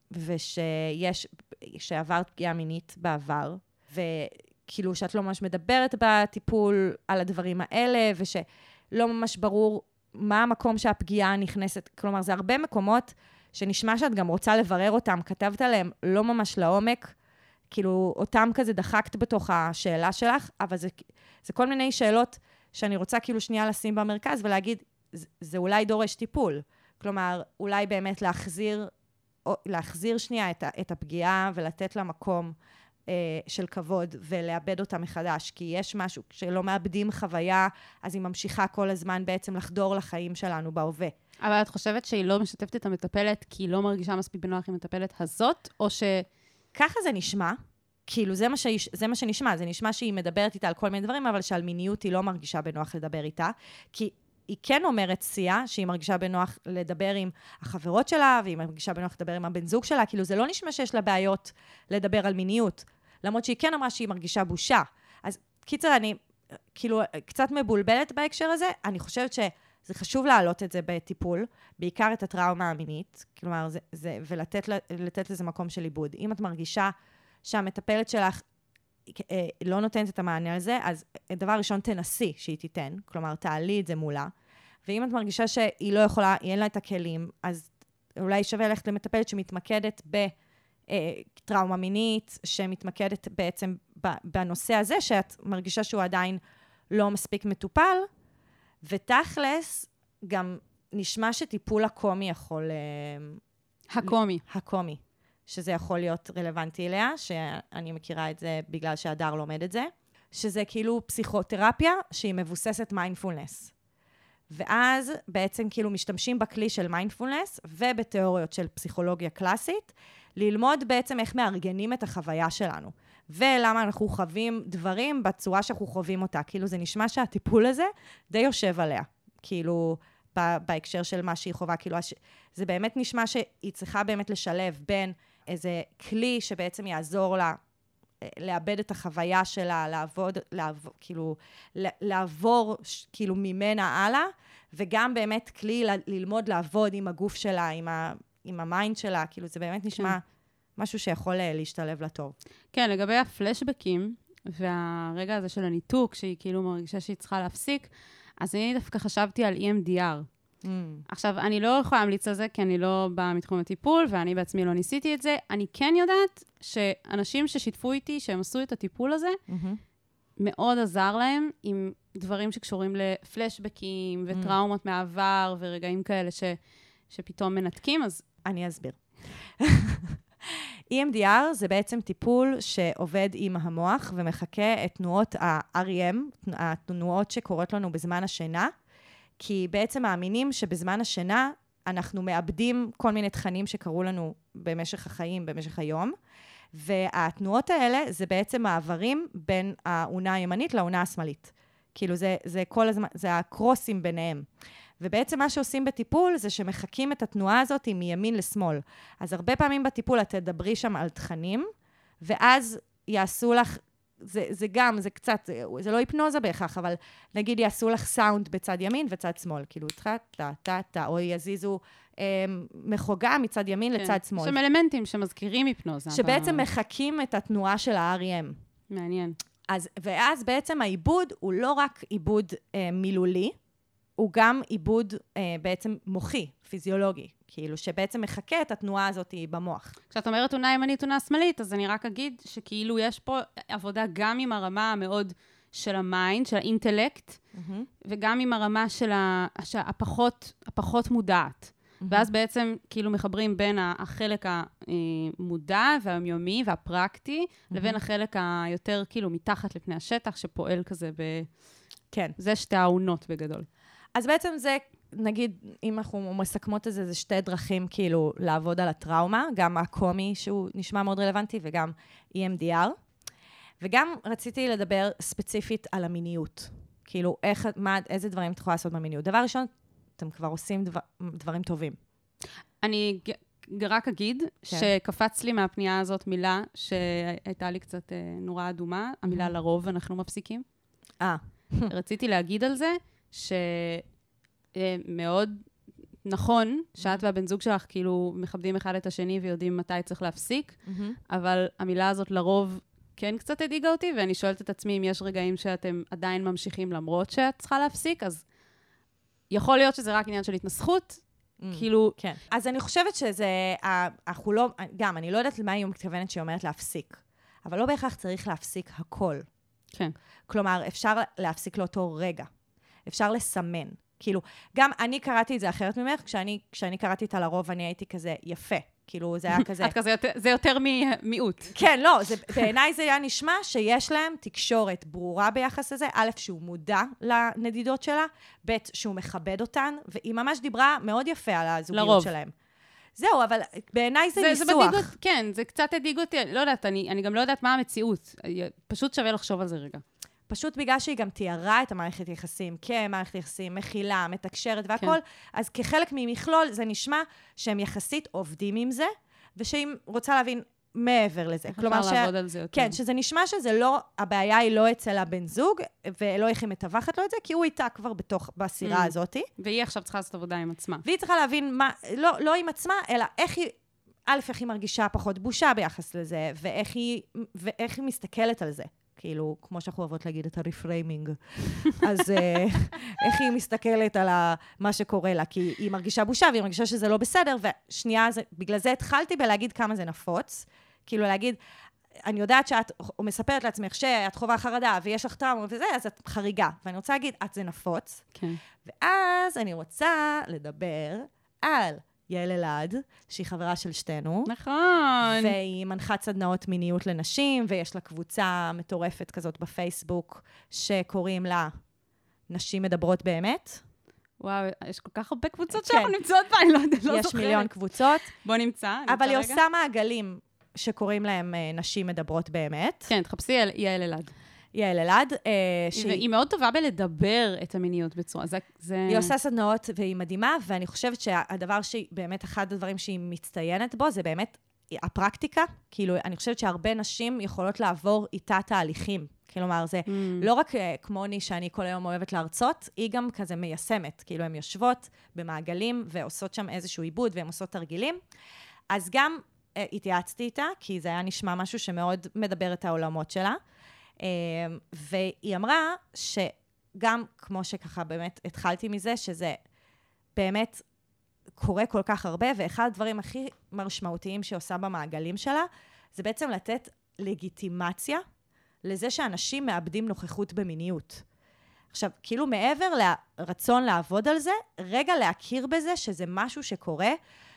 ושיש, שעברת פגיעה מינית בעבר, וכאילו שאת לא ממש מדברת בטיפול על הדברים האלה, ושלא ממש ברור מה המקום שהפגיעה נכנסת. כלומר, זה הרבה מקומות שנשמע שאת גם רוצה לברר אותם, כתבת עליהם לא ממש לעומק, כאילו אותם כזה דחקת בתוך השאלה שלך, אבל זה, זה כל מיני שאלות שאני רוצה כאילו שנייה לשים במרכז ולהגיד, זה, זה אולי דורש טיפול. כלומר, אולי באמת להחזיר, או, להחזיר שנייה את, את הפגיעה ולתת לה מקום אה, של כבוד ולאבד אותה מחדש, כי יש משהו שלא מאבדים חוויה, אז היא ממשיכה כל הזמן בעצם לחדור לחיים שלנו בהווה. אבל את חושבת שהיא לא משתפת את המטפלת כי היא לא מרגישה מספיק בנוח עם המטפלת הזאת, או ש... ככה זה נשמע, כאילו זה מה, ש... זה מה שנשמע, זה נשמע שהיא מדברת איתה על כל מיני דברים, אבל שעל מיניות היא לא מרגישה בנוח לדבר איתה, כי היא כן אומרת סייה, שהיא מרגישה בנוח לדבר עם החברות שלה, והיא מרגישה בנוח לדבר עם הבן זוג שלה, כאילו זה לא נשמע שיש לה בעיות לדבר על מיניות, למרות שהיא כן אמרה שהיא מרגישה בושה. אז קיצר, אני כאילו קצת מבולבלת בהקשר הזה, אני חושבת שזה חשוב להעלות את זה בטיפול, בעיקר את הטראומה המינית, כלומר, זה, זה, ולתת לתת לזה מקום של עיבוד. אם את מרגישה שהמטפלת שלך לא נותנת את המענה על זה, אז דבר ראשון תנסי שהיא תיתן, כלומר, תעלי את זה מולה, ואם את מרגישה שהיא לא יכולה, אין לה את הכלים, אז אולי שווה ללכת למטפלת שמתמקדת בטראומה מינית, שמתמקדת בעצם בנושא הזה, שאת מרגישה שהוא עדיין לא מספיק מטופל, ותכלס, גם נשמע שטיפול הקומי יכול... הקומי. הקומי, שזה יכול להיות רלוונטי אליה, שאני מכירה את זה בגלל שהדר לומד את זה, שזה כאילו פסיכותרפיה שהיא מבוססת מיינדפולנס. ואז בעצם כאילו משתמשים בכלי של מיינדפולנס ובתיאוריות של פסיכולוגיה קלאסית, ללמוד בעצם איך מארגנים את החוויה שלנו, ולמה אנחנו חווים דברים בצורה שאנחנו חווים אותה. כאילו זה נשמע שהטיפול הזה די יושב עליה, כאילו בהקשר של מה שהיא חווה, כאילו זה באמת נשמע שהיא צריכה באמת לשלב בין איזה כלי שבעצם יעזור לה לאבד את החוויה שלה, לעבוד, לעבור, כאילו, לעבור כאילו ממנה הלאה, וגם באמת כלי ל- ללמוד לעבוד עם הגוף שלה, עם, ה- עם המיינד שלה, כאילו זה באמת נשמע כן. משהו שיכול להשתלב לטוב. כן, לגבי הפלשבקים, והרגע הזה של הניתוק, שהיא כאילו מרגישה שהיא צריכה להפסיק, אז אני דווקא חשבתי על אי אם די אר. Mm. עכשיו, אני לא יכולה להמליץ על זה, כי אני לא באה מתחום הטיפול, ואני בעצמי לא ניסיתי את זה. אני כן יודעת שאנשים ששיתפו איתי, שהם עשו את הטיפול הזה, mm-hmm. מאוד עזר להם עם דברים שקשורים לפלשבקים, וטראומות mm. מהעבר, ורגעים כאלה ש, שפתאום מנתקים, אז... אני אסביר. אי אם די אר זה בעצם טיפול שעובד עם המוח, ומחכה את תנועות ה-אר אי אם, התנועות שקורות לנו בזמן השינה, כי בעצם מאמינים שבזמן השינה אנחנו מאבדים כל מיני תכנים שקרו לנו במשך החיים, במשך היום, והתנועות האלה זה בעצם מעברים בין העונה הימנית לעונה השמאלית. כאילו זה, זה כל הזמן, זה הקרוסים ביניהם. ובעצם מה שעושים בטיפול זה שמחקים את התנועה הזאת מימין לשמאל. אז הרבה פעמים בטיפול את תדברי שם על תכנים, ואז יעשו לך, זה, זה גם, זה קצת, זה, זה לא היפנוזה בהכרח, אבל נגיד יעשו לך סאונד בצד ימין וצד שמאל, כאילו איתך, טה, טה, טה, או יזיזו אה, מחוגה מצד ימין כן. לצד שמאל. יש שם אלמנטים שמזכירים היפנוזה. שבעצם אבל... מחקים את התנועה של ה-אר אי אם. מעניין. אז, ואז בעצם העיבוד הוא לא רק עיבוד אה, מילולי, הוא גם עיבוד אה, בעצם מוחי, פיזיולוגי, כאילו שבעצם מחכה את התנועה הזאת במוח. כשאת אומרת עונה ימנית, עונה שמאלית, אז אני רק אגיד שכאילו יש פה עבודה גם עם הרמה המאוד של המיינד, של האינטלקט, mm-hmm. וגם עם הרמה של ה, הפחות, הפחות מודעת. Mm-hmm. ואז בעצם כאילו מחברים בין החלק המודע והיומיומי והפרקטי, mm-hmm. לבין החלק היותר כאילו מתחת לפני השטח, שפועל כזה ב... כן. זה שתי העונות בגדול. אז בעצם זה, נגיד, אם אנחנו מסכמות את זה, זה שתי דרכים כאילו לעבוד על הטראומה, גם הקומי שהוא נשמע מאוד רלוונטי, וגם אי אם די אר. וגם רציתי לדבר ספציפית על המיניות. כאילו, איך, מה, איזה דברים את יכולה לעשות במיניות. דבר ראשון, אתם כבר עושים דבר, דברים טובים. אני רק אגיד כן. שקפץ לי מהפנייה הזאת מילה שהייתה לי קצת נורא אדומה, המילה לרוב אנחנו מפסיקים. אה. רציתי להגיד על זה, שמאוד נכון, שאת והבן זוג שלך כאילו מכבדים אחד את השני ויודעים מתי צריך להפסיק, אבל המילה הזאת לרוב כן קצת הדאיגה אותי, ואני שואלת את עצמי אם יש רגעים שאתם עדיין ממשיכים למרות שאת צריכה להפסיק, אז יכול להיות שזה רק עניין של התנסחות, כאילו... כן. אז אני חושבת שזה, אנחנו לא, גם, אני לא יודעת למה היא מתכוונת שהיא אומרת להפסיק, אבל לא בהכרח צריך להפסיק הכל. כן. כלומר, אפשר להפסיק לאותו רגע. אפשר לסמן. כאילו, גם אני קראתי את זה אחרת ממך, כשאני, כשאני קראתי את הלרוב, אני הייתי כזה יפה. כאילו, זה היה כזה... את כזה, זה יותר מיעוט. כן, לא, זה, בעיניי זה היה נשמע שיש להם תקשורת ברורה ביחס לזה. א', שהוא מודע לנדידות שלה, ב', שהוא מכבד אותן, והיא ממש דיברה מאוד יפה על הזוגיות לרוב. שלהם. זהו, אבל בעיניי זה, זה ניסוח. זה בדיגות, כן, זה קצת הדאיג אותי, לא יודעת, אני, אני גם לא יודעת מה המציאות. פשוט שווה לחשוב על זה רגע. פשוט בגלל שהיא גם תיארה את המערכת יחסים, כמערכת יחסים, מכילה, מתקשרת והכל, כן. אז כחלק ממכלול זה נשמע שהם יחסית עובדים עם זה, ושהיא רוצה להבין מעבר לזה. כלומר ש... לעבוד על זה יותר. כן, שזה נשמע שזה לא, הבעיה היא לא אצל הבן זוג, ולא איך היא מתווכת לו את זה, כי הוא איתה כבר בתוך, בסירה mm. הזאת. והיא עכשיו צריכה לעשות עבודה עם עצמה. והיא צריכה להבין מה, לא, לא עם עצמה, אלא איך היא, א', איך היא מרגישה פחות בושה ביחס לזה, ואיך היא, ואיך היא מסתכלת על זה. כאילו, כמו שאנחנו אוהבות להגיד, את הרפריימינג. אז אה, איך היא מסתכלת על ה- מה שקורה לה? כי היא מרגישה בושה, והיא מרגישה שזה לא בסדר, ושנייה, זה- בגלל זה התחלתי בלהגיד כמה זה נפוץ. כאילו להגיד, אני יודעת שאת מספרת לעצמך שאת חובה חרדה, ויש לך טראומה וזה, אז את חריגה. ואני רוצה להגיד, את זה נפוץ. כן. ואז אני רוצה לדבר על יעל אלעד, שהיא חברה של שתינו. נכון. והיא מנחת סדנאות מיניות לנשים, ויש לה קבוצה מטורפת כזאת בפייסבוק, שקוראים לה נשים מדברות באמת. וואו, יש כל כך הרבה קבוצות כן. שאנחנו נמצאות בה, אני לא יודעת, לא זוכרת. יש מיליון קבוצות, בוא נמצא, נמצא אבל היא רגע. עושה מעגלים שקוראים להם אה, נשים מדברות באמת. כן, תחפשי יעל- יעל אלעד. יעל אלעד, אה, שהיא היא מאוד טובה בלדבר את המיניות בצורה, זה... זה... היא עושה סדנאות והיא מדהימה, ואני חושבת שהדבר שהיא, באמת אחד הדברים שהיא מצטיינת בו, זה באמת הפרקטיקה. כאילו, אני חושבת שהרבה נשים יכולות לעבור איתה תהליכים. כלומר, זה Mm. לא רק uh, כמוני שאני כל היום אוהבת להרצות, היא גם כזה מיישמת. כאילו, הן יושבות במעגלים ועושות שם איזשהו עיבוד, והן עושות תרגילים. אז גם uh, התייעצתי איתה, כי זה היה נשמע משהו שמאוד מדבר את העולמות שלה. Uh, והיא אמרה שגם, כמו שככה באמת התחלתי מזה, שזה באמת קורה כל כך הרבה, ואחד הדברים הכי משמעותיים שהיא עושה במעגלים שלה, זה בעצם לתת לגיטימציה לזה שאנשים מאבדים נוכחות במיניות. עכשיו, כאילו מעבר לרצון לעבוד על זה, רגע להכיר בזה שזה משהו שקורה,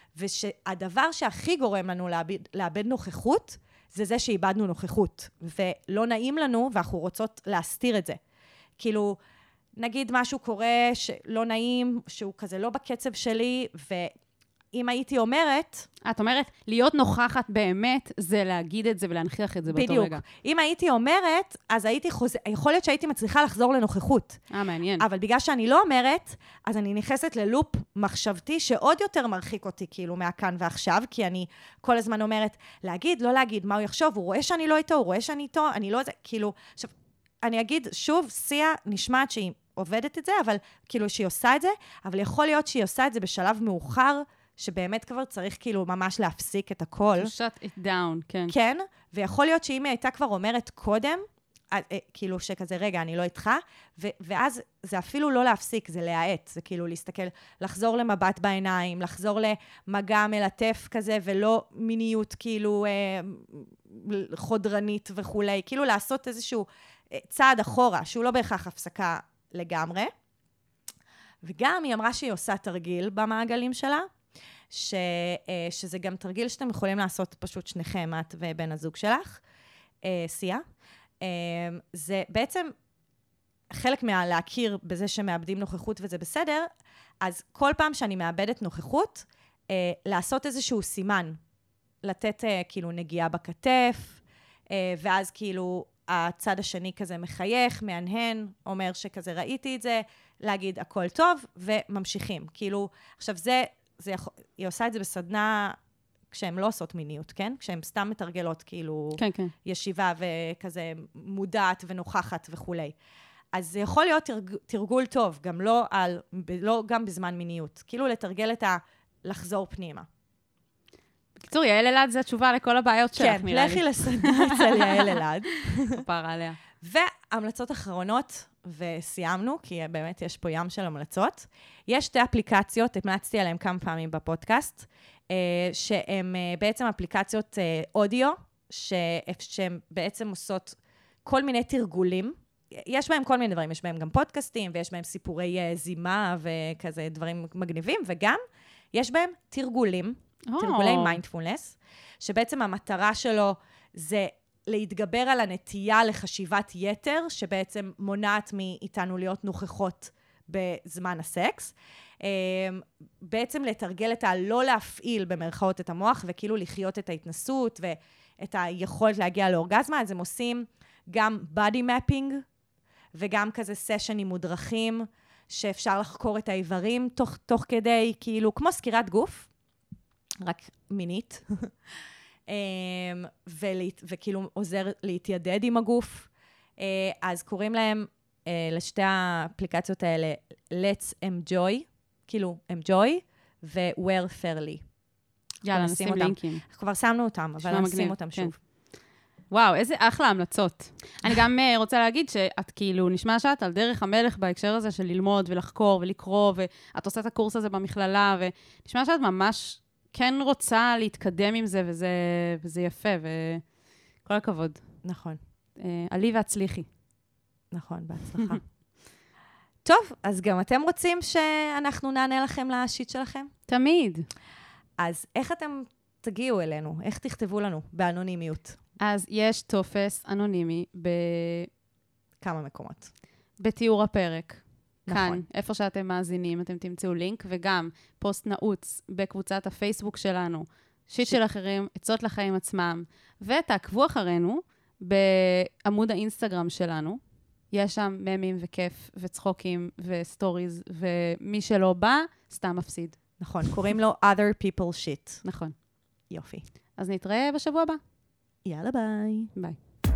ושהדבר שהכי גורם לנו לאבד, לאבד נוכחות, זה זה שאיבדנו נוכחות. ולא נעים לנו, ואנחנו רוצות להסתיר את זה. כאילו, נגיד משהו קורה שלא נעים, שהוא כזה לא בקצב שלי, ואם הייתי אומרת... את אומרת, להיות נוכחת באמת, זה להגיד את זה ולהנכיח את זה באותו בדיוק. רגע. אם הייתי אומרת, אז הייתי חוז... יכול להיות שהייתי מצליחה לחזור לנוכחות. אה, מעניין. אבל בגלל שאני לא אומרת, אז אני נכנסת ללופ מחשבתי שעוד יותר מרחיק אותי, כאילו, מהכאן ועכשיו, כי אני כל הזמן אומרת, להגיד, לא להגיד, מה הוא יחשוב, הוא רואה שאני לא איתו, הוא רואה שאני איתו, אני לא זה, כאילו, עכשיו, אני אגיד, שוב, סיה נשמעת שהיא עובדת את זה, אבל כאילו שהיא עושה את זה, אבל יכול להיות שהיא עושה את זה בשלב מאוחר, שבאמת כבר צריך כאילו ממש להפסיק את הכל. To shut it down, כן. כן, ויכול להיות שאם היא הייתה כבר אומרת קודם, כאילו שכזה, רגע, אני לא איתך, ו- ואז זה אפילו לא להפסיק, זה להאט, זה כאילו להסתכל, לחזור למבט בעיניים, לחזור למגע מלטף כזה, ולא מיניות כאילו אה, חודרנית וכולי, כאילו לעשות איזשהו אה, צעד אחורה, שהוא לא בהכרח הפסקה לגמרי. וגם היא אמרה שהיא עושה תרגיל במעגלים שלה, ש, אה, שזה גם תרגיל שאתם יכולים לעשות פשוט שניכם, את ובן הזוג שלך, אה, סיה. זה בעצם חלק מהלהכיר בזה שמאבדים נוכחות וזה בסדר, אז כל פעם שאני מאבדת נוכחות, לעשות איזשהו סימן, לתת כאילו נגיעה בכתף, ואז כאילו הצד השני כזה מחייך, מהנהן, אומר שכזה ראיתי את זה, להגיד הכל טוב, וממשיכים. כאילו, עכשיו זה, זה יכול, היא עושה את זה בסדנה... כשהן לא עושות מיניות, כן? כשהן סתם מתרגלות, כאילו, כן, כן. ישיבה וכזה מודעת ונוכחת וכולי. אז זה יכול להיות תרג, תרגול טוב, גם לא, על, לא גם בזמן מיניות. כאילו לתרגל את ה... לחזור פנימה. בקיצור, יעל אלעד זה התשובה לכל הבעיות שלך, כן, נראה לי. לכי לסדנה אצל יעל אלעד. כפרה עליה. והמלצות אחרונות, וסיימנו, כי באמת יש פה ים של המלצות. יש שתי אפליקציות, המלצתי עליהן כמה פעמים בפודקאסט, שהן בעצם אפליקציות אודיו, שהן בעצם עושות כל מיני תרגולים. יש בהם כל מיני דברים, יש בהם גם פודקאסטים, ויש בהם סיפורי זימה וכזה דברים מגניבים, וגם יש בהם תרגולים, תרגולי מיינדפולנס, שבעצם המטרה שלו זה להתגבר על הנטייה לחשיבת יתר, שבעצם מונעת מאיתנו להיות נוכחות בזמן הסקס. בעצם לתרגל את הלא להפעיל במרכאות את המוח, וכאילו לחיות את ההתנסות ואת היכולת להגיע לאורגזמה. אז הם עושים גם body mapping, וגם כזה סשנים מודרכים, שאפשר לחקור את האיברים תוך, תוך כדי, כאילו, כמו סקירת גוף, רק מינית, ולהת, וכאילו עוזר להתיידד עם הגוף. אז קוראים להם, לשתי האפליקציות האלה, Let's Enjoy, כאילו, Enjoy, ו-Wear Fairly. יאללה, נשים לינקים. כבר שמנו אותם, אבל נשים אותם שוב. וואו, איזה אחלה המלצות. אני גם uh, רוצה להגיד שאת כאילו, נשמע שאת על דרך המלך בהקשר הזה של ללמוד ולחקור ולקרוא, ואת עושה את הקורס הזה במכללה, ונשמע שאת ממש כן רוצה להתקדם עם זה, וזה, וזה יפה, וכל הכבוד. נכון. Uh, עלי והצליחי. נכון, בהצלחה. טוב, אז גם אתם רוצים שאנחנו נענה לכם לשיט שלכם? תמיד. אז איך אתם תגיעו אלינו? איך תכתבו לנו באנונימיות? אז יש טופס אנונימי ב... כמה מקומות. בתיאור הפרק. נכון. כאן, איפה שאתם מאזינים, אתם תמצאו לינק, וגם פוסט נעוץ בקבוצת הפייסבוק שלנו, שיט ש... של אחרים, עצות לחיים עצמם, ותעקבו אחרינו בעמוד האינסטגרם שלנו. יש שם ממים וכיף וצחוקים וסטוריז, ומי שלא בא, סתם מפסיד. נכון, קוראים לו other people shit. נכון. יופי. אז נתראה בשבוע הבא. יאללה ביי. ביי.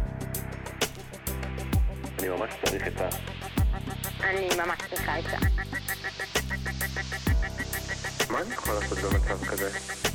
אני ממש צריך את ה... אני ממש צריכה את זה. מה אני יכול לעשות במצב כזה?